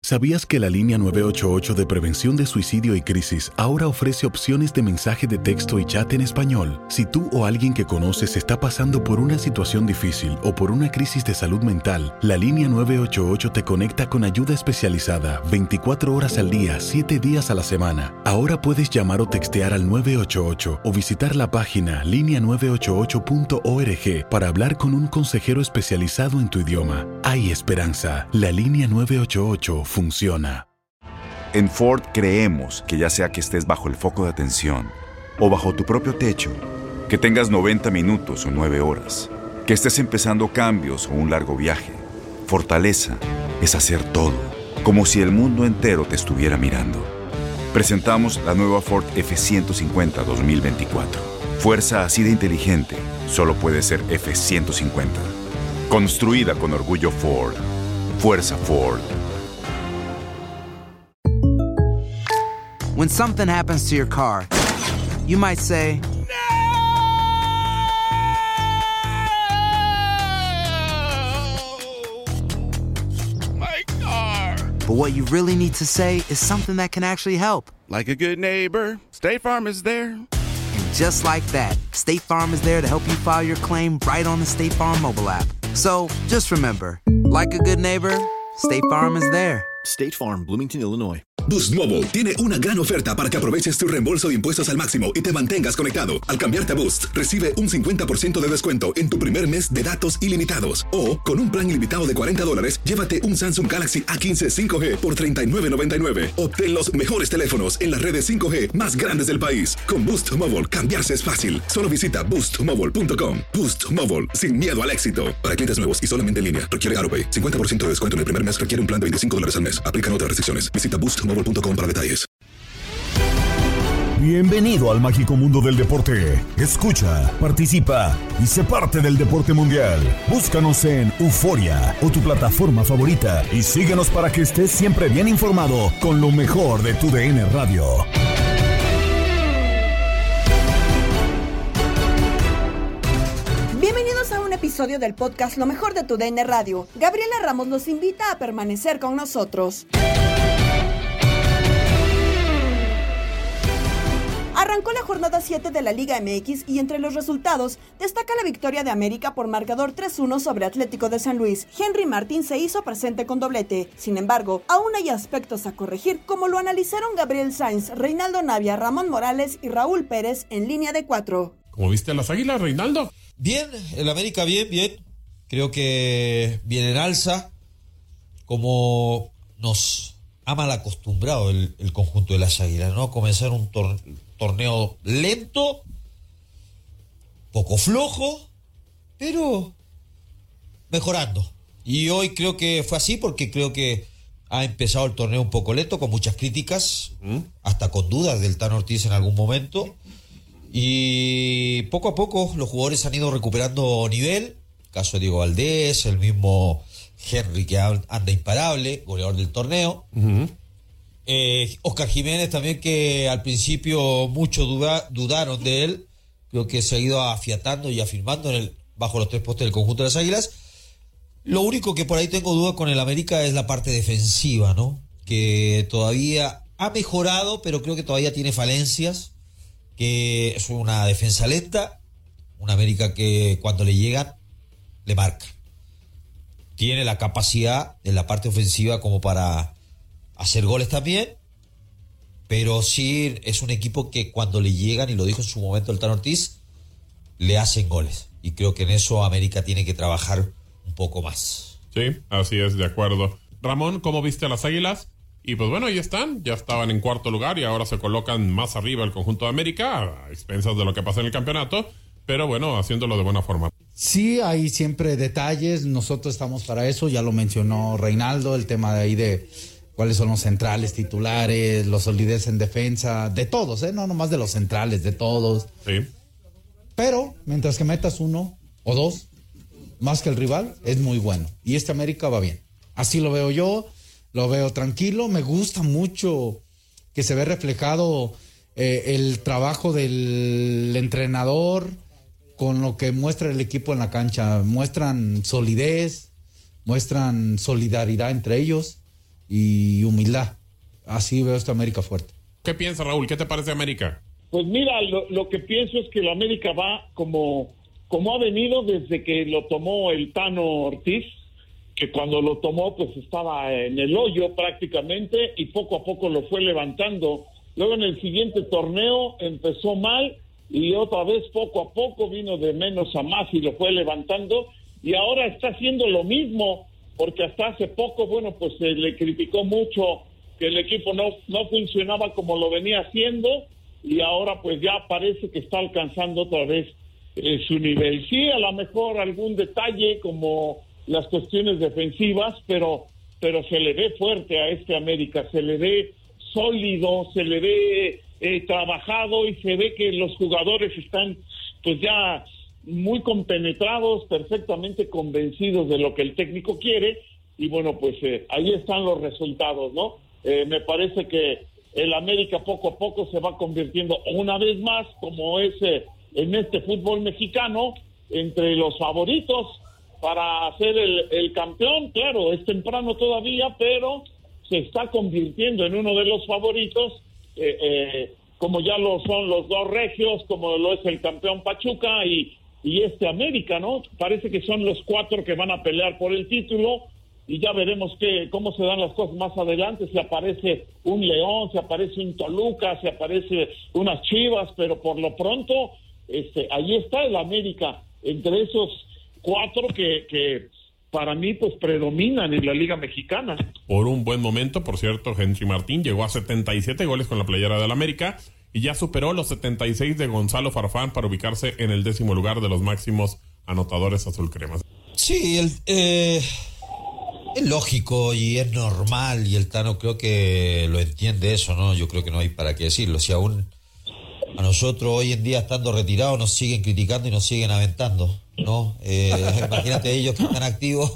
¿Sabías que la línea 988 de prevención de suicidio y crisis ahora ofrece opciones de mensaje de texto y chat en español? Si tú o alguien que conoces está pasando por una situación difícil o por una crisis de salud mental, la línea 988 te conecta con ayuda especializada 24 horas al día, 7 días a la semana. Ahora puedes llamar o textear al 988 o visitar la página linea988.org para hablar con un consejero especializado en tu idioma. Hay esperanza. La línea 988 funciona. En Ford creemos que ya sea que estés bajo el foco de atención o bajo tu propio techo, que tengas 90 minutos o 9 horas, que estés empezando cambios o un largo viaje, fortaleza es hacer todo, como si el mundo entero te estuviera mirando. Presentamos la nueva Ford F-150 2024. Fuerza así de inteligente solo puede ser F-150. Construida con orgullo Ford. Fuerza Ford. When something happens to your car, you might say, My car! but what you really need to say is something that can actually help. Like a good neighbor, State Farm is there. And just like that, State Farm is there to help you file your claim right on the State Farm mobile app. So just remember, like a good neighbor, State Farm is there. State Farm, Bloomington, Illinois. Boost Mobile tiene una gran oferta para que aproveches tu reembolso de impuestos al máximo y te mantengas conectado. Al cambiarte a Boost, recibe un 50% de descuento en tu primer mes de datos ilimitados. O, con un plan ilimitado de $40, llévate un Samsung Galaxy A15 5G por $39.99. Obtén los mejores teléfonos en las redes 5G más grandes del país. Con Boost Mobile, cambiarse es fácil. Solo visita boostmobile.com. Boost Mobile, sin miedo al éxito. Para clientes nuevos y solamente en línea, requiere AutoPay. 50% de descuento en el primer mes requiere un plan de $25 al mes. Aplican otras restricciones. Visita boostmobile.com para detalles. Bienvenido al mágico mundo del deporte. Escucha, participa y sé parte del deporte mundial. Búscanos en Euforia o tu plataforma favorita y síguenos para que estés siempre bien informado con lo mejor de tu DN Radio. Bienvenidos a un episodio del podcast Lo Mejor de tu DN Radio. Gabriela Ramos nos invita a permanecer con nosotros. Arrancó la jornada 7 de la Liga MX y entre los resultados destaca la victoria de América por marcador 3-1 sobre Atlético de San Luis. Henry Martín se hizo presente con doblete. Sin embargo, aún hay aspectos a corregir, como lo analizaron Gabriel Sainz, Reinaldo Navia, Ramón Morales y Raúl Pérez en línea de 4. ¿Cómo viste a las Águilas, Reinaldo? Bien, el América bien. Creo que viene en alza, como nos ha mal acostumbrado el conjunto de las Águilas, ¿no? Comenzar un torneo lento, poco flojo, pero mejorando. Y hoy creo que fue así porque creo que ha empezado el torneo un poco lento, con muchas críticas, hasta con dudas del Tan Ortiz en algún momento. Y poco a poco los jugadores han ido recuperando nivel. Caso de Diego Valdés, el mismo Henry que anda imparable, goleador del torneo. Oscar Jiménez también, que al principio muchos dudaron de él. Creo que se ha ido afiatando y afirmando bajo los tres postes del conjunto de las Águilas. Lo único que por ahí tengo duda con el América es la parte defensiva, ¿no? Que todavía ha mejorado, pero creo que todavía tiene falencias. Que es una defensa lenta, una América que cuando le llegan, le marca. Tiene la capacidad en la parte ofensiva como para hacer goles también, pero sí es un equipo que cuando le llegan, y lo dijo en su momento el Tan Ortiz, le hacen goles. Y creo que en eso América tiene que trabajar un poco más. Sí, así es, de acuerdo. Ramón, ¿cómo viste a las Águilas? Y pues bueno, ahí están, ya estaban en cuarto lugar y ahora se colocan más arriba el conjunto de América, a expensas de lo que pasa en el campeonato, pero bueno, haciéndolo de buena forma. Sí, hay siempre detalles, nosotros estamos para eso, ya lo mencionó Reinaldo, el tema de ahí de cuáles son los centrales titulares, los solidez en defensa, de todos, no nomás de los centrales, de todos. Sí. Pero mientras que metas uno o dos más que el rival, es muy bueno. Y este América va bien. Así lo veo yo, lo veo tranquilo. Me gusta mucho que se ve reflejado el trabajo del entrenador con lo que muestra el equipo en la cancha. Muestran solidez, muestran solidaridad entre ellos. y humildad. Así veo esta América fuerte. ¿Qué piensa, Raúl? ¿Qué te parece América? Pues mira, lo que pienso es que la América va como ha venido desde que lo tomó el Tano Ortiz, que cuando lo tomó pues estaba en el hoyo prácticamente y poco a poco lo fue levantando. Luego en el siguiente torneo empezó mal y otra vez poco a poco vino de menos a más y lo fue levantando, y ahora está haciendo lo mismo, porque hasta hace poco, bueno, pues se le criticó mucho que el equipo no funcionaba como lo venía haciendo, y ahora pues ya parece que está alcanzando otra vez su nivel. Sí, a lo mejor algún detalle como las cuestiones defensivas, pero se le ve fuerte a este América, se le ve sólido, se le ve trabajado, y se ve que los jugadores están pues ya muy compenetrados, perfectamente convencidos de lo que el técnico quiere, y bueno, pues ahí están los resultados, ¿no? Me parece que el América poco a poco se va convirtiendo una vez más, como es en este fútbol mexicano, entre los favoritos para ser el campeón. Claro, es temprano todavía, pero se está convirtiendo en uno de los favoritos, como ya lo son los dos regios, como lo es el campeón Pachuca y este América, ¿no? Parece que son los cuatro que van a pelear por el título, y ya veremos cómo se dan las cosas más adelante, si aparece un León, si aparece un Toluca, si aparece unas Chivas, pero por lo pronto ahí está el América, entre esos cuatro que para mí pues predominan en la Liga Mexicana. Por un buen momento, por cierto, Henry Martín llegó a 77 goles con la playera del América y ya superó los 76 de Gonzalo Farfán para ubicarse en el 10º lugar de los máximos anotadores azulcremas. Sí, es lógico y es normal, y el Tano creo que lo entiende eso, ¿no? Yo creo que no hay para qué decirlo. Si aún a nosotros hoy en día, estando retirados, nos siguen criticando y nos siguen aventando, ¿no? Imagínate ellos que están activos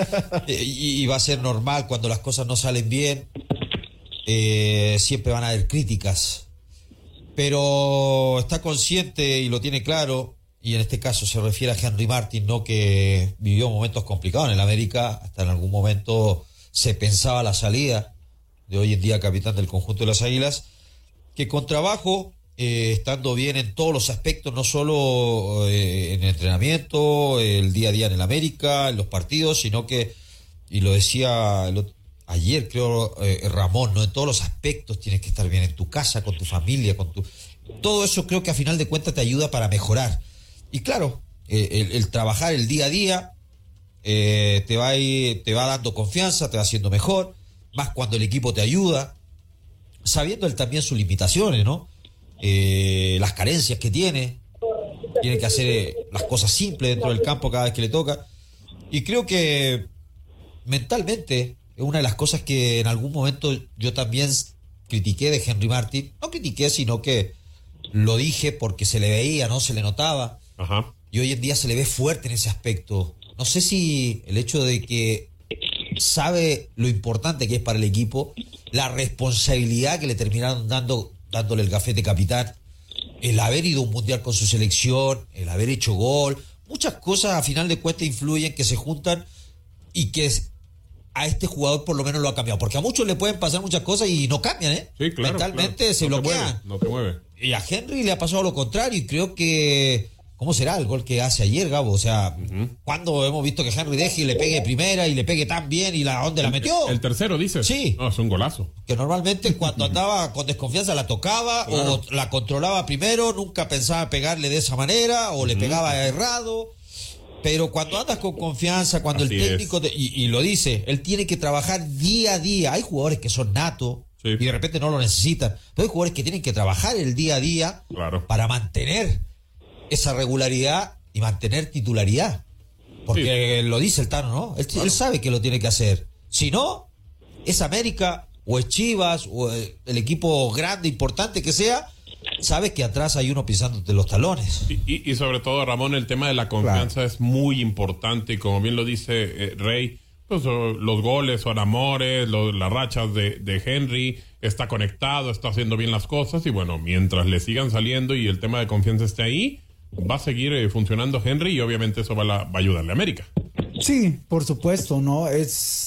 y va a ser normal cuando las cosas no salen bien, siempre van a haber críticas, pero está consciente y lo tiene claro, y en este caso se refiere a Henry Martin, ¿no? Que vivió momentos complicados en el América, hasta en algún momento se pensaba la salida de hoy en día capitán del conjunto de las Águilas, que con trabajo, estando bien en todos los aspectos, no solo en el entrenamiento, el día a día en el América, en los partidos, sino que, y lo decía ayer creo Ramón, ¿no? En todos los aspectos tienes que estar bien, en tu casa, con tu familia, todo eso creo que a final de cuentas te ayuda para mejorar. Y claro, el trabajar el día a día te va dando confianza, te va haciendo mejor, más cuando el equipo te ayuda, sabiendo él también sus limitaciones, ¿no? Las carencias que tiene que hacer las cosas simples dentro del campo cada vez que le toca, y creo que mentalmente es una de las cosas que en algún momento yo también critiqué de Henry Martin. No critiqué, sino que lo dije porque se le veía, ¿no? Se le notaba. Ajá. Y hoy en día se le ve fuerte en ese aspecto. No sé si el hecho de que sabe lo importante que es para el equipo, la responsabilidad que le terminaron dándole el gafete capitán, el haber ido a un mundial con su selección, el haber hecho gol, muchas cosas a final de cuentas influyen, que se juntan, y que a este jugador por lo menos lo ha cambiado, porque a muchos le pueden pasar muchas cosas y no cambian, ¿eh? Sí, claro, mentalmente claro. Se bloquean. No te mueve. Y a Henry le ha pasado lo contrario, y creo que ¿cómo será el gol que hace ayer, Gabo? O sea, ¿cuándo hemos visto que Henry deje y le pegue primera y le pegue tan bien y dónde la metió? El tercero, dices. Sí. No, es un golazo. Que normalmente cuando andaba con desconfianza la tocaba, claro, o la controlaba primero, nunca pensaba pegarle de esa manera, o le pegaba errado. Pero cuando andas con confianza, cuando así el técnico, y lo dice, él tiene que trabajar día a día. Hay jugadores que son natos, sí, y de repente no lo necesitan. Pero hay jugadores que tienen que trabajar el día a día, claro, para mantener esa regularidad y mantener titularidad. Porque sí, lo dice el Tano, ¿no? Él sabe que lo tiene que hacer. Si no, es América, o es Chivas, o el equipo grande, importante que sea, sabes que atrás hay uno pisándote los talones. Y sobre todo, Ramón, el tema de la confianza, claro, es muy importante. Y como bien lo dice Rey, pues los goles son amores, las rachas de Henry, está conectado, está haciendo bien las cosas. Y bueno, mientras le sigan saliendo y el tema de confianza esté ahí, va a seguir funcionando Henry, y obviamente eso va a ayudarle a América. Sí, por supuesto, ¿no? Es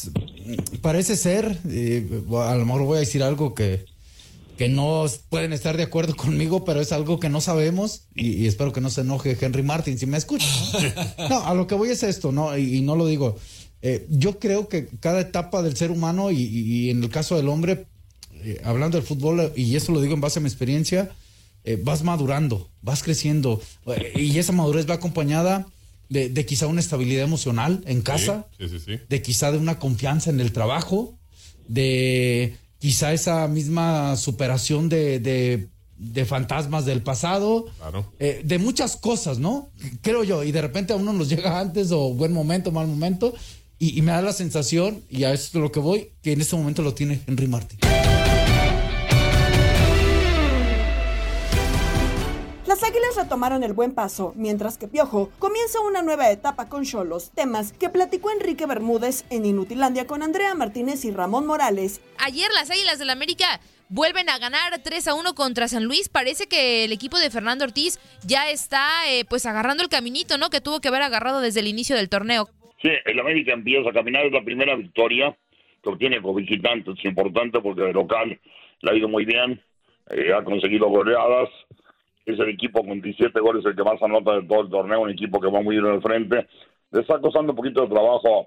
parece ser, a lo mejor voy a decir algo que no pueden estar de acuerdo conmigo, pero es algo que no sabemos y espero que no se enoje Henry Martin si me escucha. No, a lo que voy es esto, ¿no? Y no lo digo. Yo creo que cada etapa del ser humano y en el caso del hombre, hablando del fútbol, y eso lo digo en base a mi experiencia, vas madurando, vas creciendo y esa madurez va acompañada de quizá una estabilidad emocional en casa, sí. de quizá de una confianza en el trabajo, de quizá esa misma superación de fantasmas del pasado, claro. De muchas cosas, ¿no? Creo yo, y de repente a uno nos llega antes o buen momento, mal momento, y me da la sensación, y a eso es lo que voy, que en este momento lo tiene Henry Martin. Las Águilas retomaron el buen paso, mientras que Piojo comienza una nueva etapa con Xolos, temas que platicó Enrique Bermúdez en Inutilandia con Andrea Martínez y Ramón Morales. Ayer las Águilas del América vuelven a ganar 3-1 contra San Luis. Parece que el equipo de Fernando Ortiz ya está pues agarrando el caminito, ¿no? Que tuvo que haber agarrado desde el inicio del torneo. Sí, el América empieza a caminar, es la primera victoria que obtiene con visitantes. Es importante porque de local le ha ido muy bien, ha conseguido goleadas. Es el equipo con 17 goles el que más anota de todo el torneo, un equipo que va muy bien al frente. Le está costando un poquito de trabajo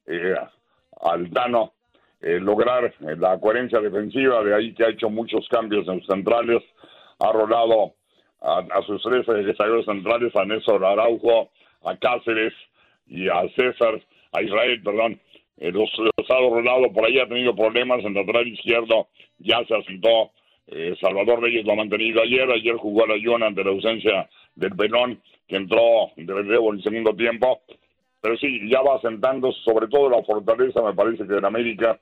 al Tano lograr la coherencia defensiva, de ahí que ha hecho muchos cambios en sus centrales, ha rolado a sus tres zagueros centrales, a Néstor Araujo, a Cáceres y a Israel, los ha rolado, por ahí ha tenido problemas en el lateral izquierdo, ya se asentó. Salvador Reyes lo ha mantenido ayer jugó a la Juna ante la ausencia del Pelón, que entró de relevo en el segundo tiempo, pero sí, ya va asentando, sobre todo la fortaleza, me parece que en América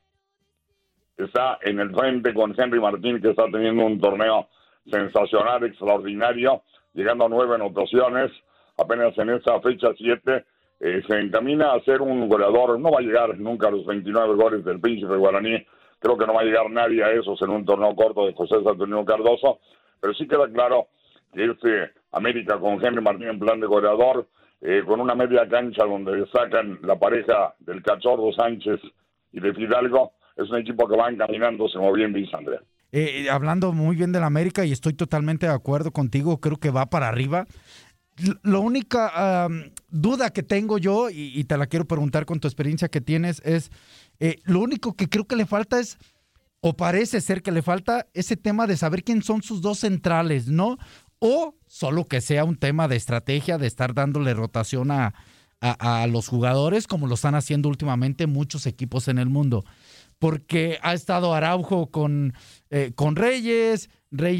está en el frente con Henry Martín, que está teniendo un torneo sensacional, extraordinario, llegando a 9 anotaciones, apenas en esta fecha 7, se encamina a ser un goleador, no va a llegar nunca a los 29 goles del Príncipe Guaraní. Creo que no va a llegar nadie a esos en un torneo corto de José Saturnino Cardoso, pero sí queda claro que América con Henry Martín en plan de goleador, con una media cancha donde sacan la pareja del Cachorro Sánchez y de Fidalgo, es un equipo que va encaminándose, como bien dice Andrea. Hablando muy bien del América, y estoy totalmente de acuerdo contigo, creo que va para arriba. La única duda que tengo yo, y te la quiero preguntar con tu experiencia que tienes, es lo único que creo que le falta es, o parece ser que le falta, ese tema de saber quién son sus dos centrales, ¿no? O solo que sea un tema de estrategia, de estar dándole rotación a los jugadores, como lo están haciendo últimamente muchos equipos en el mundo. Porque ha estado Araujo con Reyes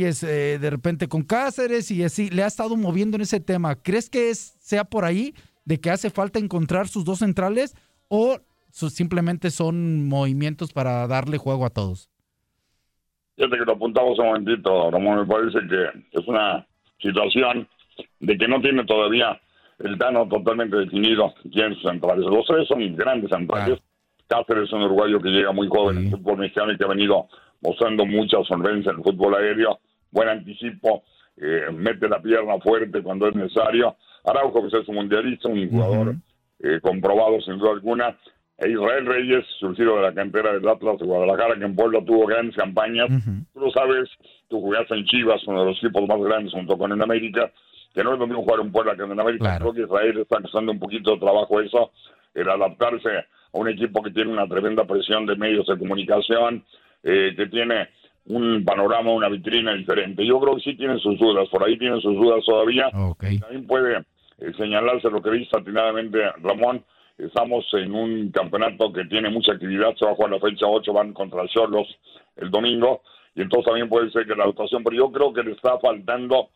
de repente con Cáceres, y así le ha estado moviendo en ese tema. ¿Crees que sea por ahí de que hace falta encontrar sus dos centrales o simplemente son movimientos para darle juego a todos? Fíjate que lo apuntamos un momentito, Ramón, me parece que es una situación de que no tiene todavía el Tano totalmente definido quién es centrales. Los tres son grandes centrales. Cáceres es un uruguayo que llega muy joven en el fútbol mexicano y que ha venido mostrando mucha solvencia en el fútbol aéreo, buen anticipo, mete la pierna fuerte cuando es necesario. Araujo, que es un mundialista, un jugador comprobado sin duda alguna. E Israel Reyes, surgido de la cantera del Atlas de Guadalajara, que en Puebla tuvo grandes campañas. Tú lo sabes, tú jugaste en Chivas, uno de los equipos más grandes junto con el América, que no es lo mismo jugar en Puebla que en América. Claro. Creo que Israel está costando un poquito de trabajo eso, el adaptarse a un equipo que tiene una tremenda presión de medios de comunicación, que tiene un panorama, una vitrina diferente. Yo creo que sí tienen sus dudas, por ahí tienen sus dudas todavía. También puede señalarse lo que dice atinadamente Ramón. Estamos en un campeonato que tiene mucha actividad, se va a jugar la fecha 8, van contra Xolos el domingo, y entonces también puede ser que la rotación, pero yo creo que le está faltando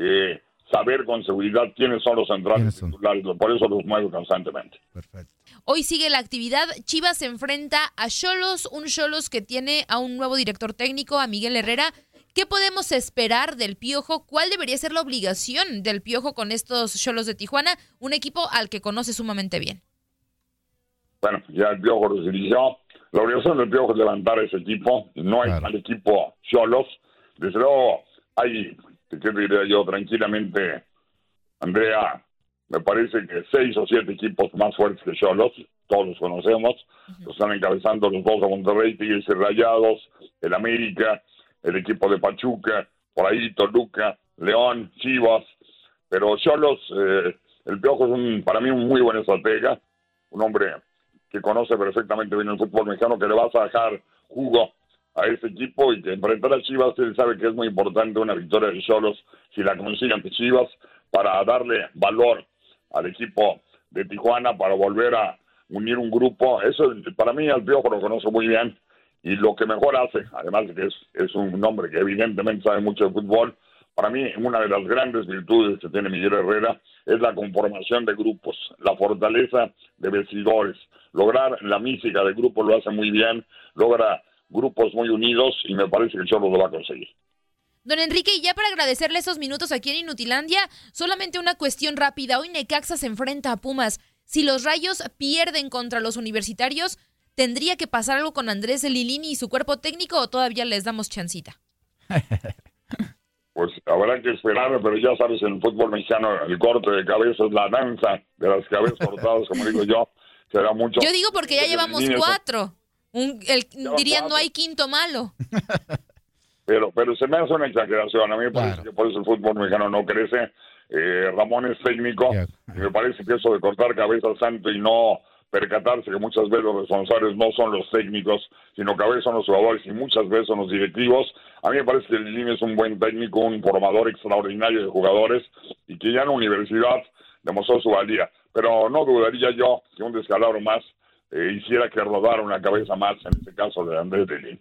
saber con seguridad quiénes son los centrales titulares, por eso los mueve constantemente. Perfecto. Hoy sigue la actividad, Chivas se enfrenta a Xolos, un Xolos que tiene a un nuevo director técnico, a Miguel Herrera. ¿Qué podemos esperar del Piojo? ¿Cuál debería ser la obligación del Piojo con estos Xolos de Tijuana? Un equipo al que conoce sumamente bien. Bueno, ya el Piojo los dirigió. La obligación del Piojo es levantar ese equipo. No hay mal equipo Xolos. Desde luego hay, ¿qué diría yo? Tranquilamente, Andrea, me parece que 6 o 7 equipos más fuertes que Xolos. todos los conocemos, los están encabezando los dos de Monterrey, Tigres y Rayados, el América, el equipo de Pachuca, por ahí Toluca, León, Chivas, pero Xolos, el Piojo es para mí un muy buen estratega, un hombre que conoce perfectamente bien el fútbol mexicano, que le va a dejar jugo a ese equipo y que enfrentar a Chivas, él sabe que es muy importante una victoria de Xolos si la consigue ante Chivas para darle valor al equipo de Tijuana, para volver a unir un grupo. Eso para mí al Piojo lo conozco muy bien y lo que mejor hace, además de que es un hombre que evidentemente sabe mucho de fútbol, para mí una de las grandes virtudes que tiene Miguel Herrera es la conformación de grupos, la fortaleza de vestidores, lograr la mística de grupo lo hace muy bien, logra grupos muy unidos y me parece que el Xolos lo va a conseguir. Don Enrique, y ya para agradecerle esos minutos aquí en Inutilandia, solamente una cuestión rápida. Hoy Necaxa se enfrenta a Pumas. Si los Rayos pierden contra los Universitarios, ¿tendría que pasar algo con Andrés Lilini y su cuerpo técnico o todavía les damos chancita? Pues habrá que esperar, pero ya sabes, en el fútbol mexicano el corte de cabezas, la danza de las cabezas cortadas, como digo yo, será mucho. Yo digo porque ya llevamos 4. Dirían, no hay quinto malo. Pero se me hace una exageración. A mí me parece que por eso el fútbol mexicano no crece. Ramón es técnico y me parece que eso de cortar cabezas santo y no percatarse que muchas veces los responsables no son los técnicos, sino que a veces son los jugadores y muchas veces son los directivos. A mí me parece que Lilini es un buen técnico, un formador extraordinario de jugadores y que ya en la universidad demostró su valía. Pero no dudaría yo que un descalabro más hiciera que rodara una cabeza más, en este caso de Andrés Lilini.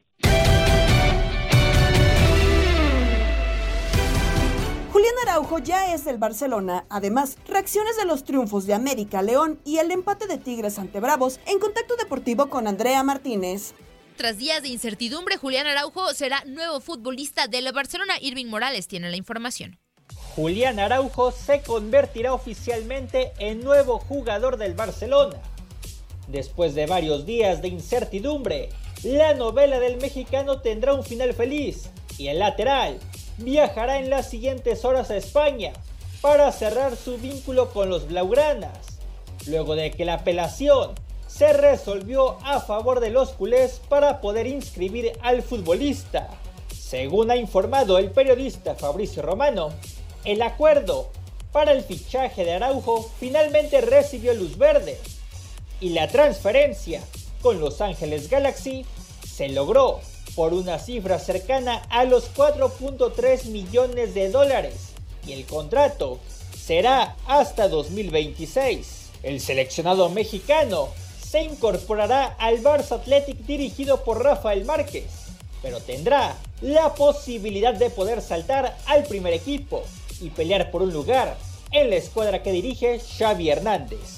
Julián Araujo ya es del Barcelona. Además, reacciones de los triunfos de América, León y el empate de Tigres ante Bravos en Contacto Deportivo con Andrea Martínez. Tras días de incertidumbre, Julián Araujo será nuevo futbolista del Barcelona. Irving Morales tiene la información. Julián Araujo se convertirá oficialmente en nuevo jugador del Barcelona. Después de varios días de incertidumbre, la novela del mexicano tendrá un final feliz y el lateral viajará en las siguientes horas a España para cerrar su vínculo con los blaugranas, luego de que la apelación se resolvió a favor de los culés para poder inscribir al futbolista. Según ha informado el periodista Fabricio Romano, el acuerdo para el fichaje de Araujo finalmente recibió luz verde y la transferencia con Los Ángeles Galaxy se logró por una cifra cercana a los $4.3 millones y el contrato será hasta 2026. El seleccionado mexicano se incorporará al Barça Athletic dirigido por Rafael Márquez, pero tendrá la posibilidad de poder saltar al primer equipo y pelear por un lugar en la escuadra que dirige Xavi Hernández.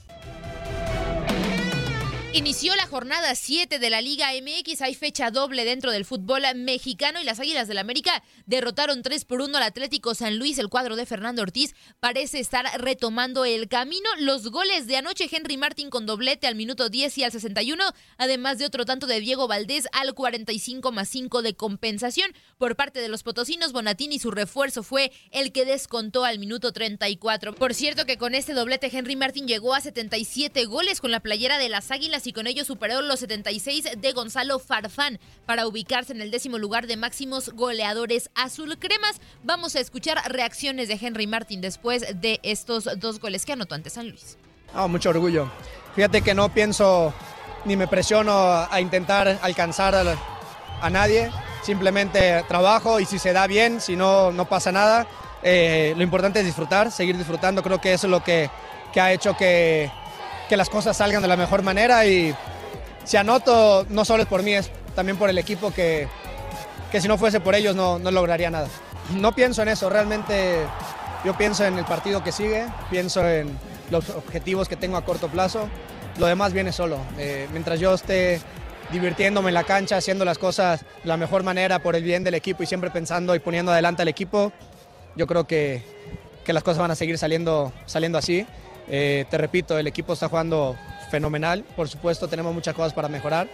Inició la jornada 7 de la Liga MX, hay fecha doble dentro del fútbol mexicano y las Águilas del América derrotaron 3-1 al Atlético San Luis. El cuadro de Fernando Ortiz parece estar retomando el camino. Los goles de anoche, Henry Martin con doblete al minuto 10 y al 61, además de otro tanto de Diego Valdés al 45+5 de compensación. Por parte de los potosinos, Bonatini, su refuerzo, fue el que descontó al minuto 34. Por cierto que con este doblete Henry Martin llegó a 77 goles con la playera de las Águilas y con ello superó los 76 de Gonzalo Farfán para ubicarse en el 10º lugar de máximos goleadores azulcremas. Vamos a escuchar reacciones de Henry Martin después de estos 2 goles que anotó ante San Luis. Mucho orgullo. Fíjate que no pienso ni me presiono a intentar alcanzar a nadie. Simplemente trabajo y si se da bien, si no, no pasa nada. Lo importante es disfrutar, seguir disfrutando. Creo que eso es lo que ha hecho que las cosas salgan de la mejor manera y si anoto no solo es por mí, es también por el equipo que si no fuese por ellos no lograría nada. No pienso en eso, realmente yo pienso en el partido que sigue, pienso en los objetivos que tengo a corto plazo, lo demás viene solo. Mientras yo esté divirtiéndome en la cancha, haciendo las cosas de la mejor manera por el bien del equipo y siempre pensando y poniendo adelante al equipo, yo creo que las cosas van a seguir saliendo así. Te repito, el equipo está jugando fenomenal, por supuesto tenemos muchas cosas para mejorar,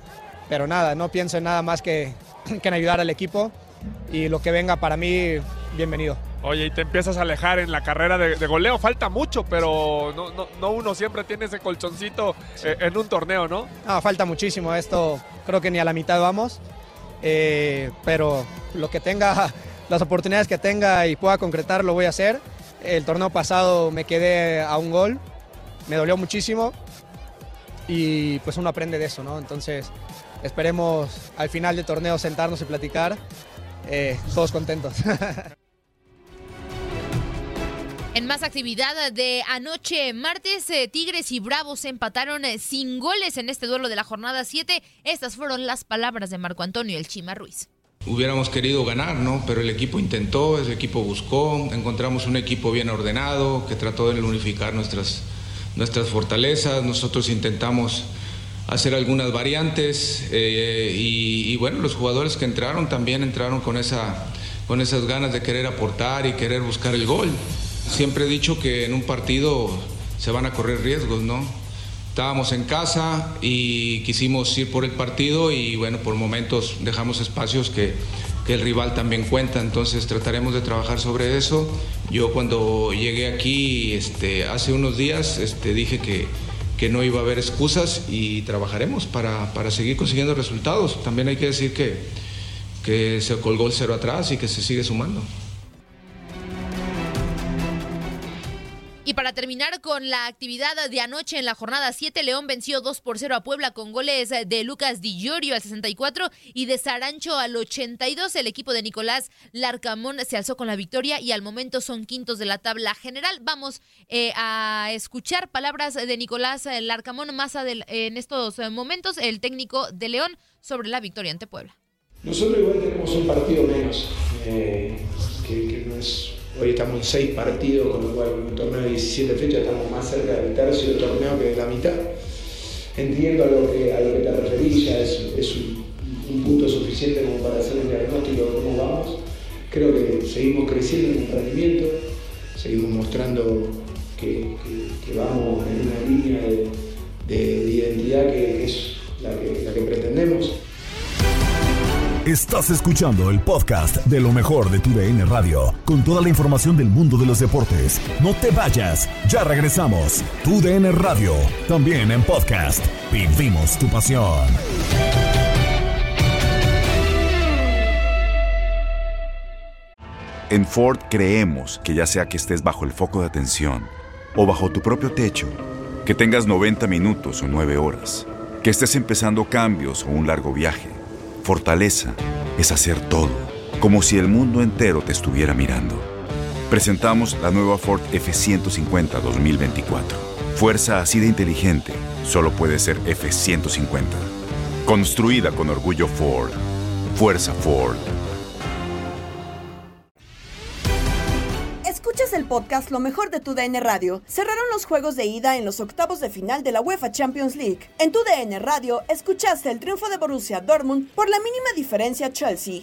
pero nada, no pienso en nada más que en ayudar al equipo y lo que venga para mí bienvenido. Oye, y te empiezas a alejar en la carrera de goleo. Falta mucho, pero no uno siempre tiene ese colchoncito en un torneo, ¿no? No, falta muchísimo. Esto creo que ni a la mitad vamos. Pero lo que tenga, las oportunidades que tenga y pueda concretar, lo voy a hacer. El torneo pasado me quedé a un gol. Me dolió muchísimo. Y pues uno aprende de eso, ¿no? Entonces esperemos al final del torneo sentarnos y platicar. Todos contentos. En más actividad de anoche, martes, Tigres y Bravos empataron sin goles en este duelo de la jornada 7. Estas fueron las palabras de Marco Antonio El Chima Ruiz. Hubiéramos querido ganar, ¿no? Pero el equipo intentó, el equipo buscó, encontramos un equipo bien ordenado que trató de unificar nuestras fortalezas. Nosotros intentamos hacer algunas variantes y bueno, los jugadores que entraron también entraron con esas ganas de querer aportar y querer buscar el gol. Siempre he dicho que en un partido se van a correr riesgos, ¿no? Estábamos en casa y quisimos ir por el partido y bueno, por momentos dejamos espacios que el rival también cuenta, entonces trataremos de trabajar sobre eso. Yo cuando llegué aquí hace unos días dije que no iba a haber excusas y trabajaremos para seguir consiguiendo resultados. También hay que decir que se colgó el 0 atrás y que se sigue sumando. Y para terminar con la actividad de anoche en la jornada 7, León venció 2-0 a Puebla con goles de Lucas Di Llorio al 64 y de Sarancho al 82. El equipo de Nicolás Larcamón se alzó con la victoria y al momento son quintos de la tabla general. Vamos a escuchar palabras de Nicolás Larcamón más en estos momentos, el técnico de León, sobre la victoria ante Puebla. Nosotros igual tenemos un partido menos, que no es... Hoy estamos en 6 partidos, con lo cual en un torneo de 17 fechas estamos más cerca del tercio del torneo que de la mitad. Entiendo a lo que te referís, ya es un punto suficiente como para hacer un diagnóstico de cómo vamos. Creo que seguimos creciendo en el rendimiento, seguimos mostrando que vamos en una línea de identidad que es la que pretendemos. Estás escuchando el podcast de lo mejor de TUDN Radio, con toda la información del mundo de los deportes. No te vayas, ya regresamos. TUDN Radio, también en podcast. Vivimos tu pasión. En Ford creemos que ya sea que estés bajo el foco de atención o bajo tu propio techo, que tengas 90 minutos o 9 horas, que estés empezando cambios o un largo viaje, fortaleza es hacer todo, como si el mundo entero te estuviera mirando. Presentamos la nueva Ford F-150 2024. Fuerza así de inteligente solo puede ser F-150. Construida con orgullo Ford. Fuerza Ford. Escuchas el podcast Lo mejor de TUDN Radio. Cerraron los juegos de ida en los octavos de final de la UEFA Champions League. En TUDN Radio escuchaste el triunfo de Borussia Dortmund por la mínima diferencia Chelsea.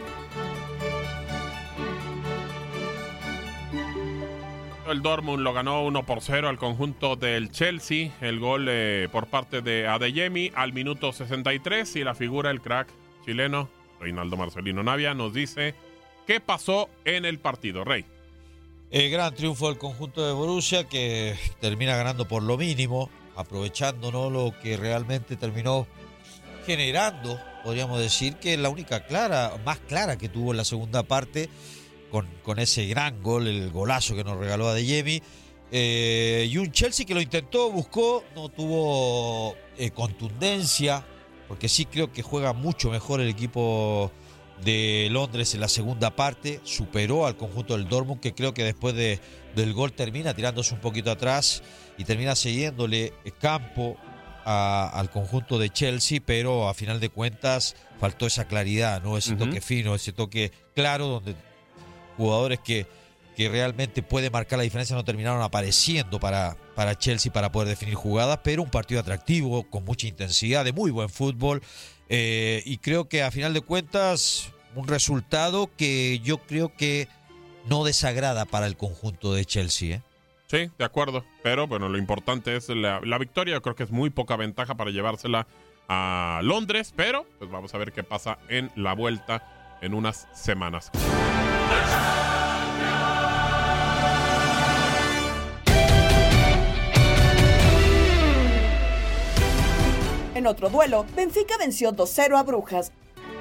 El Dortmund lo ganó 1-0 al conjunto del Chelsea. El gol por parte de Adeyemi al minuto 63 y la figura del crack chileno Reinaldo Marcelino Navia nos dice qué pasó en el partido. Rey. Gran triunfo del conjunto de Borussia, que termina ganando por lo mínimo, aprovechando, ¿no?, lo que realmente terminó generando, podríamos decir, que la única más clara que tuvo en la segunda parte, con ese gran gol, el golazo que nos regaló Adeyemi, y un Chelsea que lo intentó, buscó, no tuvo contundencia, porque sí creo que juega mucho mejor el equipo de Londres en la segunda parte, superó al conjunto del Dortmund, que creo que después del gol termina tirándose un poquito atrás y termina cediéndole campo al conjunto de Chelsea, pero a final de cuentas faltó esa claridad, ¿no? Ese toque fino, ese toque claro, donde jugadores que realmente pueden marcar la diferencia no terminaron apareciendo para Chelsea para poder definir jugadas, pero un partido atractivo, con mucha intensidad, de muy buen fútbol. Y creo que a final de cuentas un resultado que yo creo que no desagrada para el conjunto de Chelsea, Sí, de acuerdo, pero bueno, lo importante es la victoria. Yo creo que es muy poca ventaja para llevársela a Londres, pero pues vamos a ver qué pasa en la vuelta en unas semanas. En otro duelo, Benfica venció 2-0 a Brujas.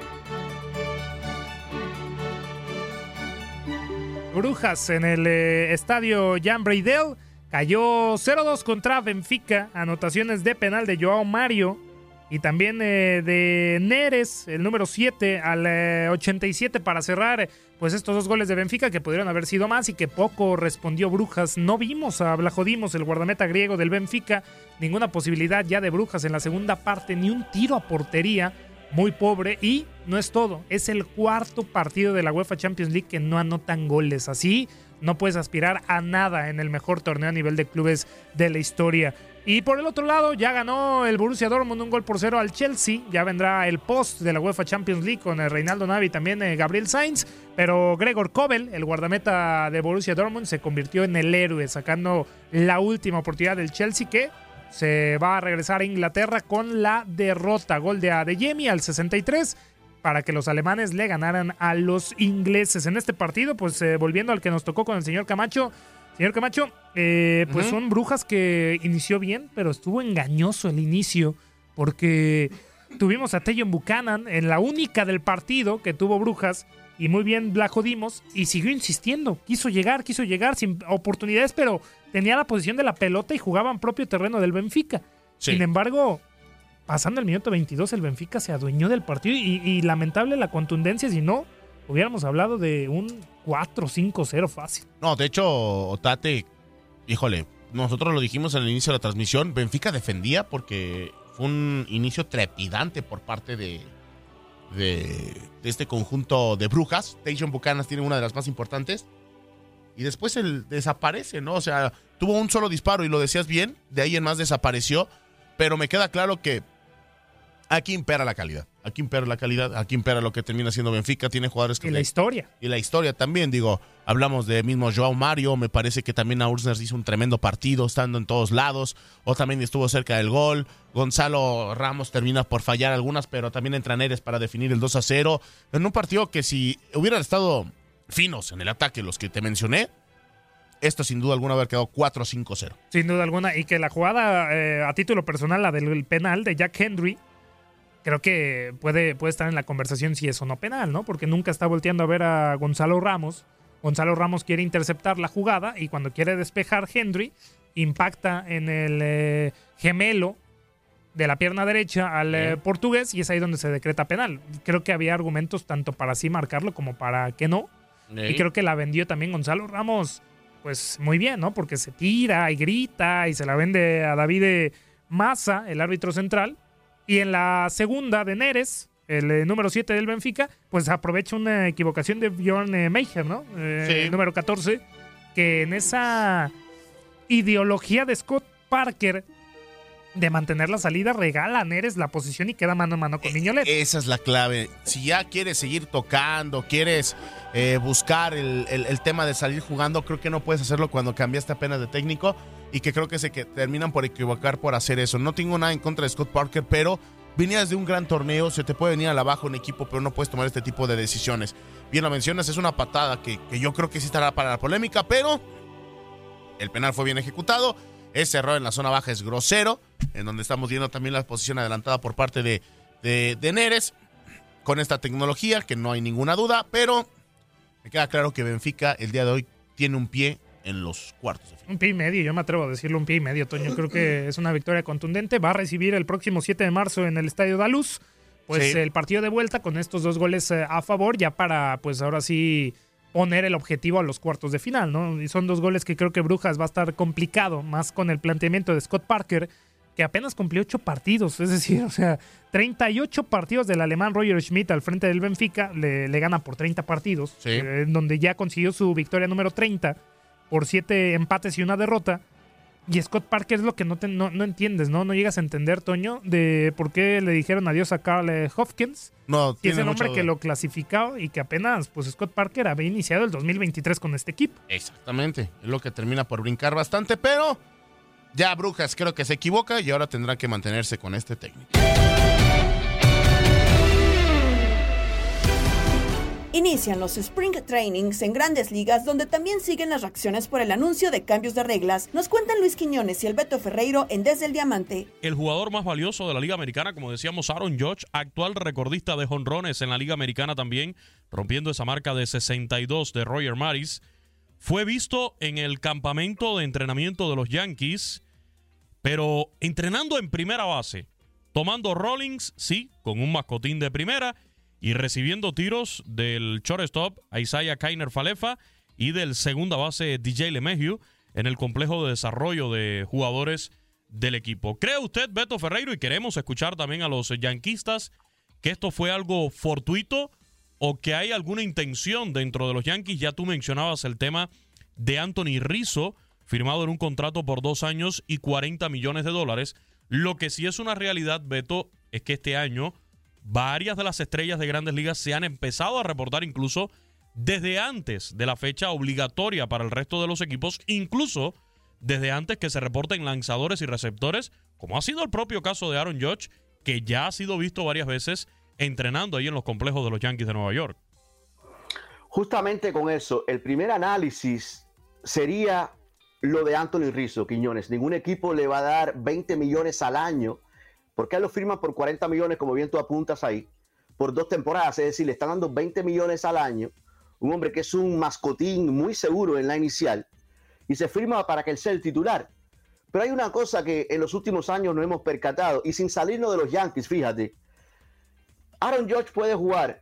Brujas en el estadio Jan Breydel cayó 0-2 contra Benfica, anotaciones de penal de Joao Mario y también de Neres, el número 7 al 87 para cerrar pues estos dos goles de Benfica que pudieron haber sido más y que poco respondió Brujas. No vimos a Vlachodimos, el guardameta griego del Benfica, ninguna posibilidad ya de Brujas en la segunda parte, ni un tiro a portería, muy pobre. Y no es todo, es el cuarto partido de la UEFA Champions League que no anotan goles. Así no puedes aspirar a nada en el mejor torneo a nivel de clubes de la historia. Y por el otro lado, ya ganó el Borussia Dortmund 1-0 al Chelsea. Ya vendrá el post de la UEFA Champions League con Reinaldo Navia y también Gabriel Sainz. Pero Gregor Kobel, el guardameta de Borussia Dortmund, se convirtió en el héroe, sacando la última oportunidad del Chelsea, que se va a regresar a Inglaterra con la derrota. Gol de Adeyemi al 63 para que los alemanes le ganaran a los ingleses. En este partido, pues volviendo al que nos tocó con el señor Camacho. Señor Camacho, pues son Brujas que inició bien, pero estuvo engañoso el inicio, porque tuvimos a Tejon Buchanan en la única del partido que tuvo Brujas, y muy bien Vlachodimos, y siguió insistiendo, quiso llegar sin oportunidades, pero tenía la posición de la pelota y jugaba en propio terreno del Benfica. Sí. Sin embargo, pasando el minuto 22, el Benfica se adueñó del partido, y lamentable la contundencia, si no, hubiéramos hablado de un 4-5-0 fácil. No, de hecho, Tate, híjole, nosotros lo dijimos en el inicio de la transmisión, Benfica defendía porque fue un inicio trepidante por parte de este conjunto de Brujas. Tejon Buchanan tiene una de las más importantes y después él desaparece, ¿no? O sea, tuvo un solo disparo y lo decías bien, de ahí en más desapareció, pero me queda claro que aquí impera la calidad, aquí impera lo que termina siendo Benfica, tiene jugadores que... Y la historia. Y la historia también, digo, hablamos de mismo Joao Mario, me parece que también Aursner hizo un tremendo partido, estando en todos lados, o también estuvo cerca del gol, Gonzalo Ramos termina por fallar algunas, pero también entra Neres para definir el 2-0, en un partido que si hubieran estado finos en el ataque los que te mencioné, esto sin duda alguna haber quedado 4-5-0. Sin duda alguna, y que la jugada a título personal, la del penal de Jack Hendry, creo que puede estar en la conversación si es o no penal, ¿no? Porque nunca está volteando a ver a Gonzalo Ramos. Gonzalo Ramos quiere interceptar la jugada y cuando quiere despejar Hendry, impacta en el gemelo de la pierna derecha al portugués y es ahí donde se decreta penal. Creo que había argumentos tanto para sí marcarlo como para que no. Y creo que la vendió también Gonzalo Ramos, pues muy bien, ¿no? Porque se tira y grita y se la vende a David Massa, el árbitro central. Y en la segunda de Neres, el número 7 del Benfica, pues aprovecha una equivocación de Bjorn Meijer, ¿no? El número 14, que en esa ideología de Scott Parker de mantener la salida, regala a Neres la posición y queda mano a mano con Mignolet. Esa es la clave. Si ya quieres seguir tocando, quieres buscar el tema de salir jugando, creo que no puedes hacerlo cuando cambiaste apenas de técnico y que creo que terminan por equivocar por hacer eso. No tengo nada en contra de Scott Parker, pero venías de un gran torneo, se te puede venir a la baja un equipo, pero no puedes tomar este tipo de decisiones. Bien lo mencionas, es una patada que yo creo que sí estará para la polémica, pero el penal fue bien ejecutado. Ese error en la zona baja es grosero, en donde estamos viendo también la posición adelantada por parte de Neres, con esta tecnología, que no hay ninguna duda, pero me queda claro que Benfica el día de hoy tiene un pie en los cuartos de final. Un pie y medio, yo me atrevo a decirlo, un pie y medio, Toño. Creo que es una victoria contundente. Va a recibir el próximo 7 de marzo en el Estadio Daluz, pues el partido de vuelta con estos 2 goles a favor, ya para, pues ahora sí, poner el objetivo a los cuartos de final, ¿no? Y son 2 goles que creo que Brujas va a estar complicado, más con el planteamiento de Scott Parker, que apenas cumplió 8 partidos, es decir, o sea, 38 partidos del alemán Roger Schmidt al frente del Benfica, le gana por 30 partidos, en donde ya consiguió su victoria número 30, por 7 empates y 1 derrota. Y Scott Parker es lo que no entiendes, ¿no? No llegas a entender, Toño, de por qué le dijeron adiós a Carl Hopkins. No, y es el hombre que lo clasificó y que apenas, pues Scott Parker había iniciado el 2023 con este equipo. Exactamente, es lo que termina por brincar bastante, pero ya Brujas creo que se equivoca y ahora tendrá que mantenerse con este técnico. Inician los Spring Trainings en Grandes Ligas, donde también siguen las reacciones por el anuncio de cambios de reglas. Nos cuentan Luis Quiñones y el Beto Ferreiro en Desde el Diamante. El jugador más valioso de la Liga Americana, como decíamos, Aaron Judge, actual recordista de jonrones en la Liga Americana también, rompiendo esa marca de 62 de Roger Maris, fue visto en el campamento de entrenamiento de los Yankees, pero entrenando en primera base, tomando rollings, sí, con un mascotín de primera, y recibiendo tiros del shortstop Isaiah Kiner Falefa y del segunda base DJ LeMahieu en el complejo de desarrollo de jugadores del equipo. ¿Cree usted, Beto Ferreiro, y queremos escuchar también a los yanquistas, que esto fue algo fortuito o que hay alguna intención dentro de los Yankees? Ya tú mencionabas el tema de Anthony Rizzo, firmado en un contrato por 2 años y $40 millones. Lo que sí es una realidad, Beto, es que este año varias de las estrellas de Grandes Ligas se han empezado a reportar incluso desde antes de la fecha obligatoria para el resto de los equipos, incluso desde antes que se reporten lanzadores y receptores, como ha sido el propio caso de Aaron Judge, que ya ha sido visto varias veces entrenando ahí en los complejos de los Yankees de Nueva York. Justamente con eso, el primer análisis sería lo de Anthony Rizzo, Quiñones. Ningún equipo le va a dar 20 millones al año, porque él lo firma por 40 millones, como bien tú apuntas ahí, por 2 temporadas. Es decir, le están dando 20 millones al año, un hombre que es un mascotín muy seguro en la inicial, y se firma para que él sea el titular. Pero hay una cosa que en los últimos años nos hemos percatado, y sin salirnos de los Yankees, fíjate, Aaron Judge puede jugar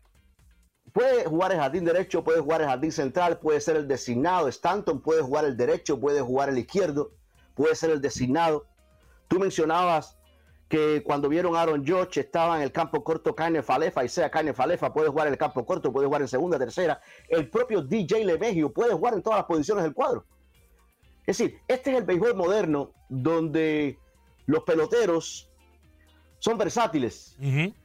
el jardín derecho, puede jugar el jardín central, puede ser el designado. Stanton puede jugar el derecho, puede jugar el izquierdo, puede ser el designado. Tú mencionabas que cuando vieron a Aaron Judge estaba en el campo corto Kiner Falefa, y sea Kiner Falefa puede jugar en el campo corto, puede jugar en segunda, tercera. El propio DJ LeMahieu puede jugar en todas las posiciones del cuadro. Es decir, este es el béisbol moderno donde los peloteros son versátiles,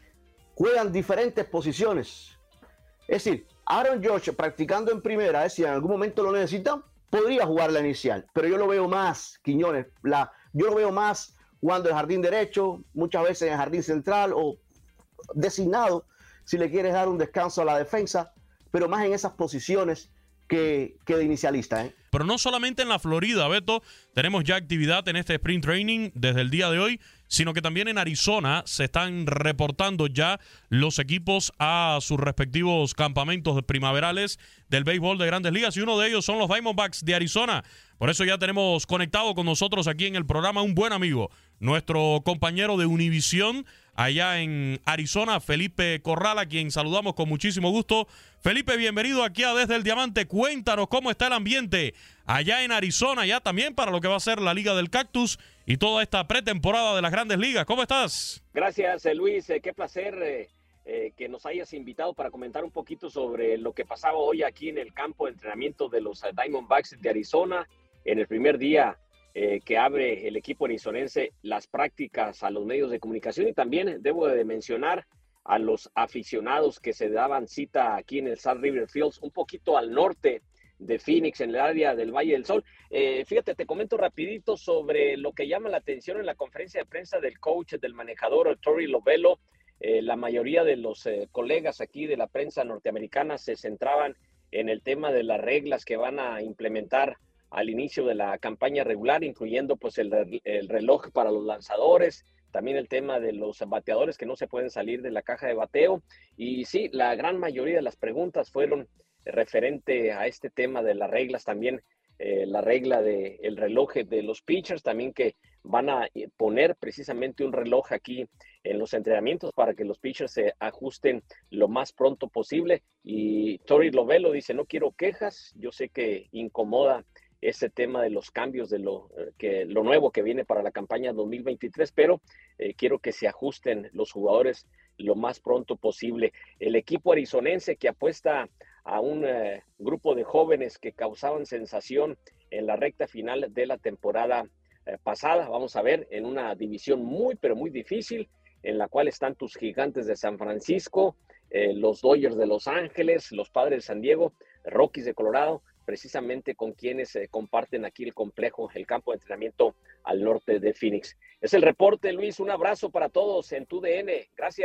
juegan diferentes posiciones. Es decir, Aaron Judge practicando en primera, si en algún momento lo necesitan, podría jugar la inicial, pero yo lo veo más, Quiñones, yo lo veo más jugando el jardín derecho, muchas veces en el jardín central o designado, si le quieres dar un descanso a la defensa, pero más en esas posiciones que de inicialista. Pero no solamente en la Florida, Beto, tenemos ya actividad en este Spring Training desde el día de hoy, sino que también en Arizona se están reportando ya los equipos a sus respectivos campamentos primaverales del béisbol de Grandes Ligas, y uno de ellos son los Diamondbacks de Arizona. Por eso ya tenemos conectado con nosotros aquí en el programa un buen amigo, nuestro compañero de Univisión allá en Arizona, Felipe Corral, a quien saludamos con muchísimo gusto. Felipe, bienvenido aquí a Desde el Diamante. Cuéntanos cómo está el ambiente allá en Arizona, ya también para lo que va a ser la Liga del Cactus y toda esta pretemporada de las Grandes Ligas. ¿Cómo estás? Gracias, Luis. Qué placer que nos hayas invitado para comentar un poquito sobre lo que pasaba hoy aquí en el campo de entrenamiento de los Diamondbacks de Arizona, en el primer día que abre el equipo arizonense las prácticas a los medios de comunicación, y también debo de mencionar a los aficionados que se daban cita aquí en el Sad River Fields, un poquito al norte de Phoenix, en el área del Valle del Sol. Fíjate, te comento rapidito sobre lo que llama la atención en la conferencia de prensa del coach, del manejador Torey Lovullo. La mayoría de los colegas aquí de la prensa norteamericana se centraban en el tema de las reglas que van a implementar al inicio de la campaña regular, incluyendo pues el reloj para los lanzadores, también el tema de los bateadores que no se pueden salir de la caja de bateo. Y sí, la gran mayoría de las preguntas fueron referente a este tema de las reglas, también la regla del reloj de los pitchers, también que van a poner precisamente un reloj aquí en los entrenamientos para que los pitchers se ajusten lo más pronto posible. Y Torey Lovullo dice, no quiero quejas, yo sé que incomoda ese tema de los cambios de lo nuevo que viene para la campaña 2023, pero quiero que se ajusten los jugadores lo más pronto posible. El equipo arizonense que apuesta a un grupo de jóvenes que causaban sensación en la recta final de la temporada pasada, vamos a ver, en una división muy, pero muy difícil, en la cual están tus Gigantes de San Francisco, los Dodgers de Los Ángeles, los Padres de San Diego, Rockies de Colorado, precisamente con quienes comparten aquí el complejo, el campo de entrenamiento al norte de Phoenix. Es el reporte, Luis. Un abrazo para todos en tu DN. Gracias.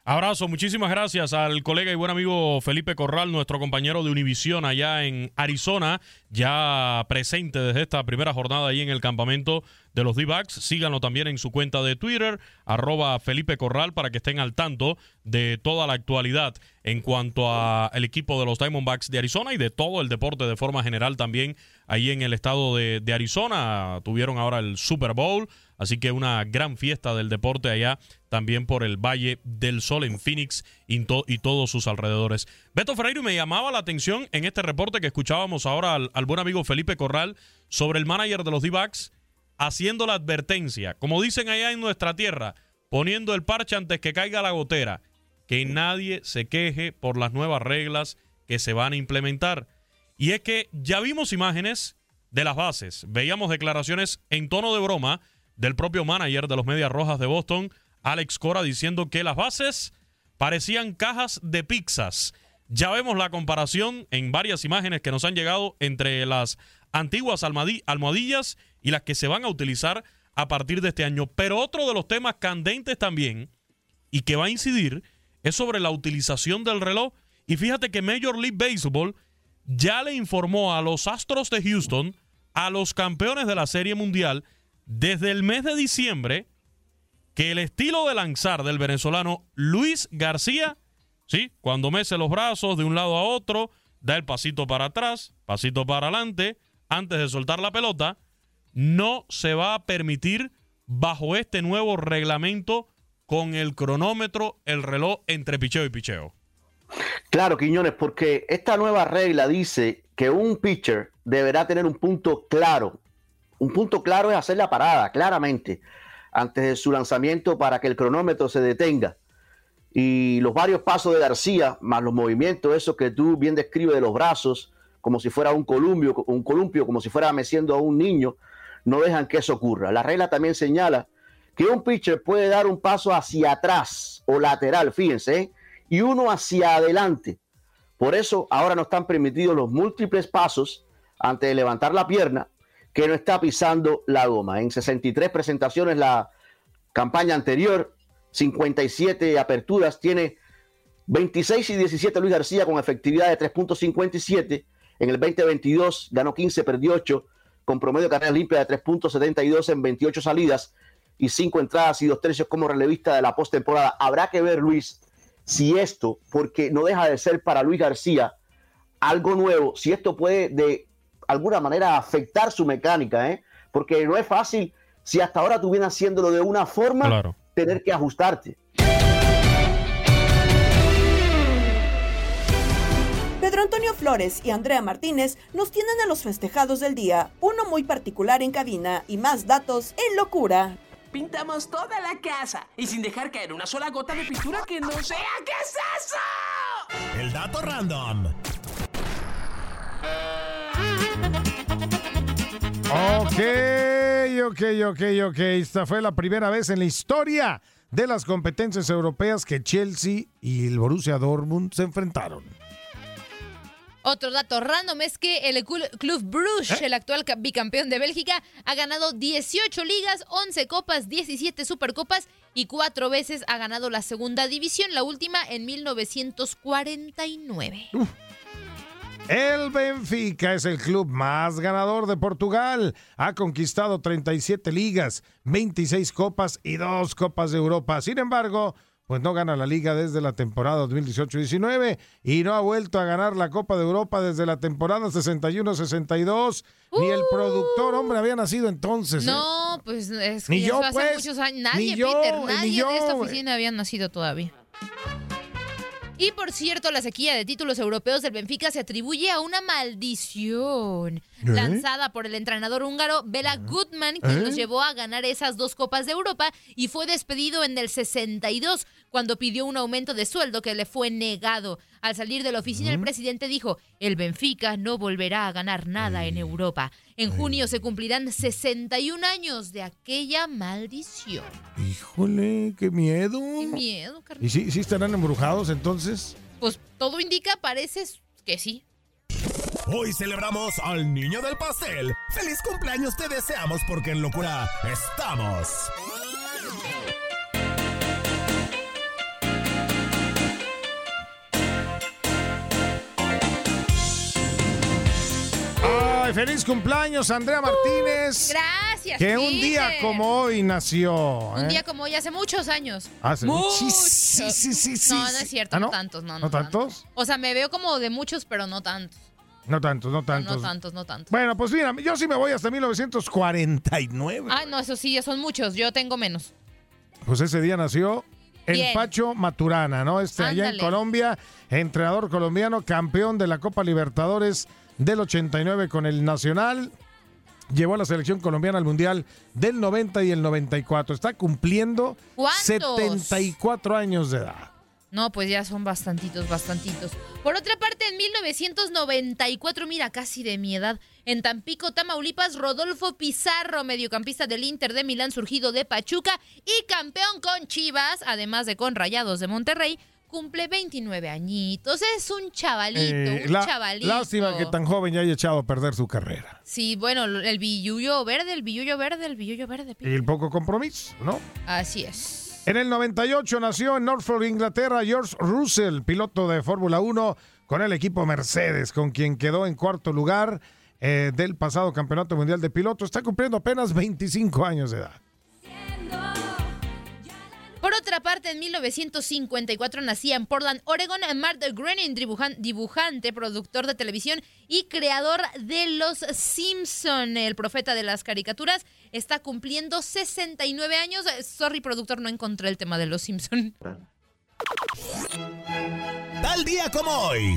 Abrazo, muchísimas gracias al colega y buen amigo Felipe Corral, nuestro compañero de Univisión allá en Arizona, ya presente desde esta primera jornada ahí en el campamento de los D-backs. Síganlo también en su cuenta de Twitter, @Felipe Corral, para que estén al tanto de toda la actualidad en cuanto al equipo de los Diamondbacks de Arizona y de todo el deporte de forma general también ahí en el estado de Arizona. Tuvieron ahora el Super Bowl, así que una gran fiesta del deporte allá también por el Valle del Sol en Phoenix y todos sus alrededores. Beto Ferreiro, me llamaba la atención en este reporte que escuchábamos ahora al buen amigo Felipe Corral sobre el manager de los D-backs haciendo la advertencia, como dicen allá en nuestra tierra, poniendo el parche antes que caiga la gotera, que nadie se queje por las nuevas reglas que se van a implementar. Y es que ya vimos imágenes de las bases, veíamos declaraciones en tono de broma del propio manager de los Medias Rojas de Boston, Alex Cora, diciendo que las bases parecían cajas de pizzas. Ya vemos la comparación en varias imágenes que nos han llegado entre las antiguas almohadillas y las que se van a utilizar a partir de este año. Pero otro de los temas candentes también y que va a incidir es sobre la utilización del reloj. Y fíjate que Major League Baseball ya le informó a los Astros de Houston, a los campeones de la Serie Mundial, desde el mes de diciembre, que el estilo de lanzar del venezolano Luis García, ¿sí?, cuando mece los brazos de un lado a otro, da el pasito para atrás, pasito para adelante, antes de soltar la pelota, no se va a permitir bajo este nuevo reglamento con el cronómetro, el reloj entre picheo y picheo. Claro, Quiñones, porque esta nueva regla dice que un pitcher deberá tener un punto claro. Un punto claro es hacer la parada, claramente, antes de su lanzamiento para que el cronómetro se detenga. Y los varios pasos de García, más los movimientos, esos que tú bien describes de los brazos, como si fuera un columpio, como si fuera meciendo a un niño, no dejan que eso ocurra. La regla también señala que un pitcher puede dar un paso hacia atrás o lateral, fíjense, y uno hacia adelante. Por eso ahora no están permitidos los múltiples pasos antes de levantar la pierna que no está pisando la goma. En 63 presentaciones la campaña anterior, 57 aperturas, tiene 26 y 17 Luis García con efectividad de 3.57. En el 2022 ganó 15, perdió 8, con promedio de carrera limpia de 3.72 en 28 salidas y 5 entradas y 2 tercios como relevista de la postemporada. Habrá que ver, Luis, si esto, porque no deja de ser para Luis García algo nuevo, si esto puede de alguna manera afectar su mecánica, porque no es fácil, si hasta ahora tú vienes haciéndolo de una forma, claro, tener que ajustarte. Pedro Antonio Flores y Andrea Martínez nos tienen a los festejados del día, uno muy particular en cabina y más datos en locura. Pintamos toda la casa y sin dejar caer una sola gota de pintura que no sea. ¿Qué es eso? El dato random. Ok. Esta fue la primera vez en la historia de las competencias europeas que Chelsea y el Borussia Dortmund se enfrentaron. Otro dato random es que el Club Bruges, el actual bicampeón de Bélgica, ha ganado 18 ligas, 11 copas, 17 supercopas y 4 veces ha ganado la segunda división, la última en 1949. El Benfica es el club más ganador de Portugal. Ha conquistado 37 ligas, 26 copas y 2 copas de Europa. Sin embargo, pues no gana la liga desde la temporada 2018-19 y no ha vuelto a ganar la Copa de Europa desde la temporada 61-62. Ni el productor, hombre, había nacido entonces. No, pues es que ni yo, hace pues, muchos años. Nadie, ni yo, Peter, nadie ni yo, de esta oficina había nacido todavía. Y por cierto, la sequía de títulos europeos del Benfica se atribuye a una maldición lanzada por el entrenador húngaro Bela Gutmann, quien los llevó a ganar esas 2 Copas de Europa y fue despedido en el 62 cuando pidió un aumento de sueldo que le fue negado. Al salir de la oficina, el presidente dijo: el Benfica no volverá a ganar nada en Europa. En junio se cumplirán 61 años de aquella maldición. Híjole, qué miedo. Qué miedo, carnal. ¿Y sí estarán embrujados entonces? Pues todo indica, parece que sí. Hoy celebramos al niño del pastel. ¡Feliz cumpleaños te deseamos porque en locura estamos! y feliz cumpleaños, Andrea Martínez. Gracias, Que un Peter. día como hoy nació. Un día como hoy, hace muchos años. Hace muchos. sí. No, no es cierto, ¿Ah, no? no tantos, no. ¿No tantos? O sea, me veo como de muchos, pero no tantos. No tantos. No tantos. Bueno, pues mira, yo sí me voy hasta 1949. Ah, no, eso sí, ya son muchos. Yo tengo menos. Pues ese día nació el Bien. Pacho Maturana, ¿no? Allá en Ándale. Colombia, entrenador colombiano, campeón de la Copa Libertadores del 89 con el Nacional. Llevó a la selección colombiana al Mundial del 90 y el 94. Está cumpliendo ¿Cuántos? 74 años de edad. No, pues ya son bastantitos. Por otra parte, en 1994, mira, casi de mi edad, en Tampico, Tamaulipas, Rodolfo Pizarro, mediocampista del Inter de Milán, surgido de Pachuca y campeón con Chivas, además de con Rayados de Monterrey, cumple 29 añitos. Es un chavalito, chavalito. Lástima que tan joven ya haya echado a perder su carrera. Sí, bueno, el billullo verde. Y el poco compromiso, ¿no? Así es. En el 98 nació en Norfolk, Inglaterra, George Russell, piloto de Fórmula 1 con el equipo Mercedes, con quien quedó en cuarto lugar del pasado Campeonato Mundial de Pilotos. Está cumpliendo apenas 25 años de edad. Por otra parte, en 1954 nacía en Portland, Oregon, Mark Groening, dibujante, productor de televisión y creador de Los Simpson. El profeta de las caricaturas está cumpliendo 69 años. Sorry, productor, no encontré el tema de Los Simpson. Tal día como hoy.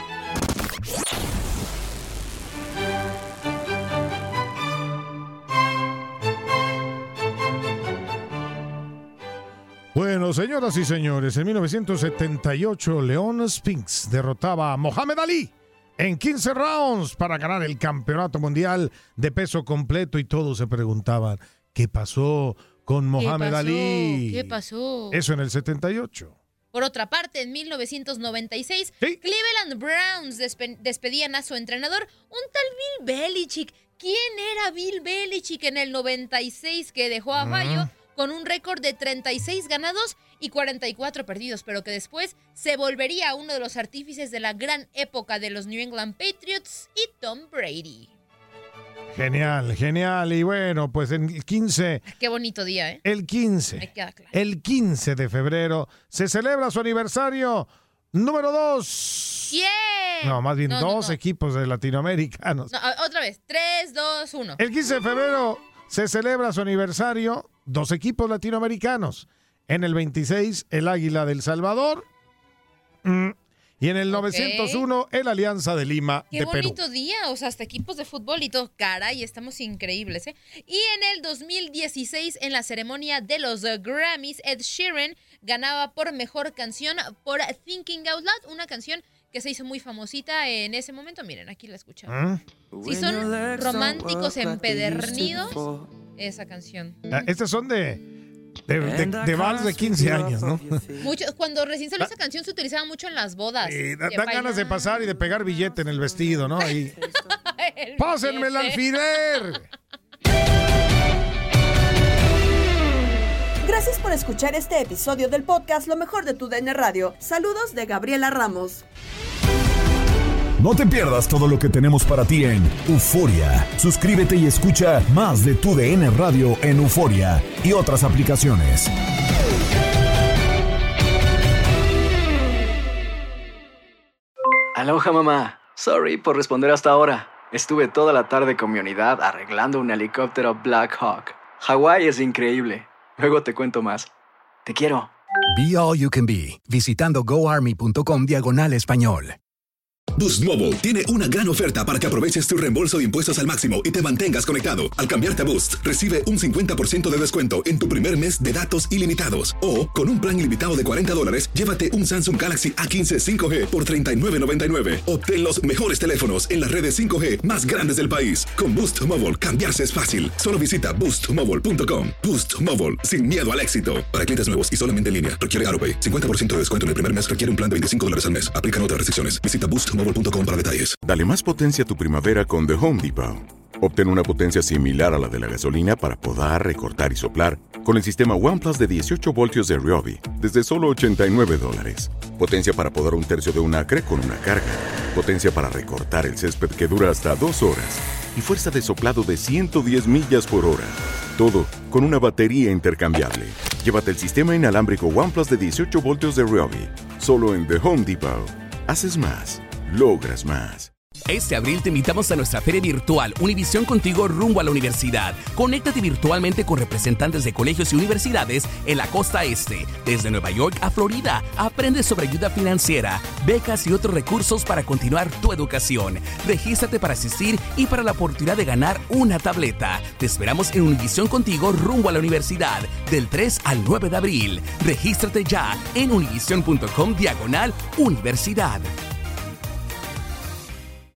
Bueno, señoras y señores, en 1978 Leon Spinks derrotaba a Mohamed Ali en 15 rounds para ganar el campeonato mundial de peso completo y todos se preguntaban, ¿qué pasó con Mohamed Ali? ¿Qué pasó? Eso en el 78. Por otra parte, en 1996, Cleveland Browns despedían a su entrenador, un tal Bill Belichick. ¿Quién era Bill Belichick en el 96 que dejó a Bayo con un récord de 36 ganados y 44 perdidos, pero que después se volvería uno de los artífices de la gran época de los New England Patriots y Tom Brady? Genial. Y bueno, pues en el 15... Qué bonito día, ¿eh? El 15. Me queda claro. El 15 de febrero se celebra su aniversario número 2. ¿Quién? No, más bien dos equipos de latinoamericanos. No, otra vez. 3, 2, 1. El 15 de febrero se celebra su aniversario 2 equipos latinoamericanos. En el 26, el Águila del Salvador. Y en el 901, el Alianza de Lima Qué de Perú. bonito día, o sea, hasta equipos de fútbol y todo. Caray, estamos increíbles, ¿eh? Y en el 2016, en la ceremonia de los Grammys, Ed Sheeran ganaba por mejor canción por Thinking Out Loud, una canción que se hizo muy famosita en ese momento. Miren, aquí la escuchamos. Si son románticos empedernidos, esa canción. Estos son de vals de 15 años, ¿no? Muchos, cuando recién salió esa canción se utilizaba mucho en las bodas. Dan ganas de pasar y de pegar billete en el vestido, ¿no? Ahí. ¡Pásenme el alfiler! Gracias por escuchar este episodio del podcast Lo Mejor de tu DN Radio. Saludos de Gabriela Ramos. No te pierdas todo lo que tenemos para ti en Euforia. Suscríbete y escucha más de tu DN Radio en Euforia y otras aplicaciones. Aloha, mamá. Sorry por responder hasta ahora. Estuve toda la tarde con mi unidad arreglando un helicóptero Black Hawk. Hawái es increíble. Luego te cuento más. Te quiero. Be All You Can Be, visitando goarmy.com/español. Boost Mobile tiene una gran oferta para que aproveches tu reembolso de impuestos al máximo y te mantengas conectado. Al cambiarte a Boost, recibe un 50% de descuento en tu primer mes de datos ilimitados. O, con un plan ilimitado de $40, llévate un Samsung Galaxy A15 5G por $39.99. Obtén los mejores teléfonos en las redes 5G más grandes del país. Con Boost Mobile, cambiarse es fácil. Solo visita boostmobile.com. Boost Mobile, sin miedo al éxito. Para clientes nuevos y solamente en línea, requiere AutoPay. 50% de descuento en el primer mes requiere un plan de $25 al mes. Aplican otras restricciones. Visita boostmobile.com para detalles. Dale más potencia a tu primavera con The Home Depot. Obtén una potencia similar a la de la gasolina para podar, recortar y soplar con el sistema OnePlus de 18 voltios de Ryobi desde solo $89. Potencia para podar 1/3 de un acre con una carga. Potencia para recortar el césped que dura hasta 2 horas. y fuerza de soplado de 110 millas por hora. Todo con una batería intercambiable. Llévate el sistema inalámbrico OnePlus de 18 voltios de Ryobi. Solo en The Home Depot. Haces más. Logras más. Este abril te invitamos a nuestra feria virtual Univisión Contigo rumbo a la universidad. Conéctate virtualmente con representantes de colegios y universidades en la costa este, desde Nueva York a Florida. Aprende sobre ayuda financiera, becas y otros recursos para continuar tu educación. Regístrate para asistir y para la oportunidad de ganar una tableta. Te esperamos en Univisión Contigo rumbo a la universidad, del 3 al 9 de abril. Regístrate ya en univision.com/universidad.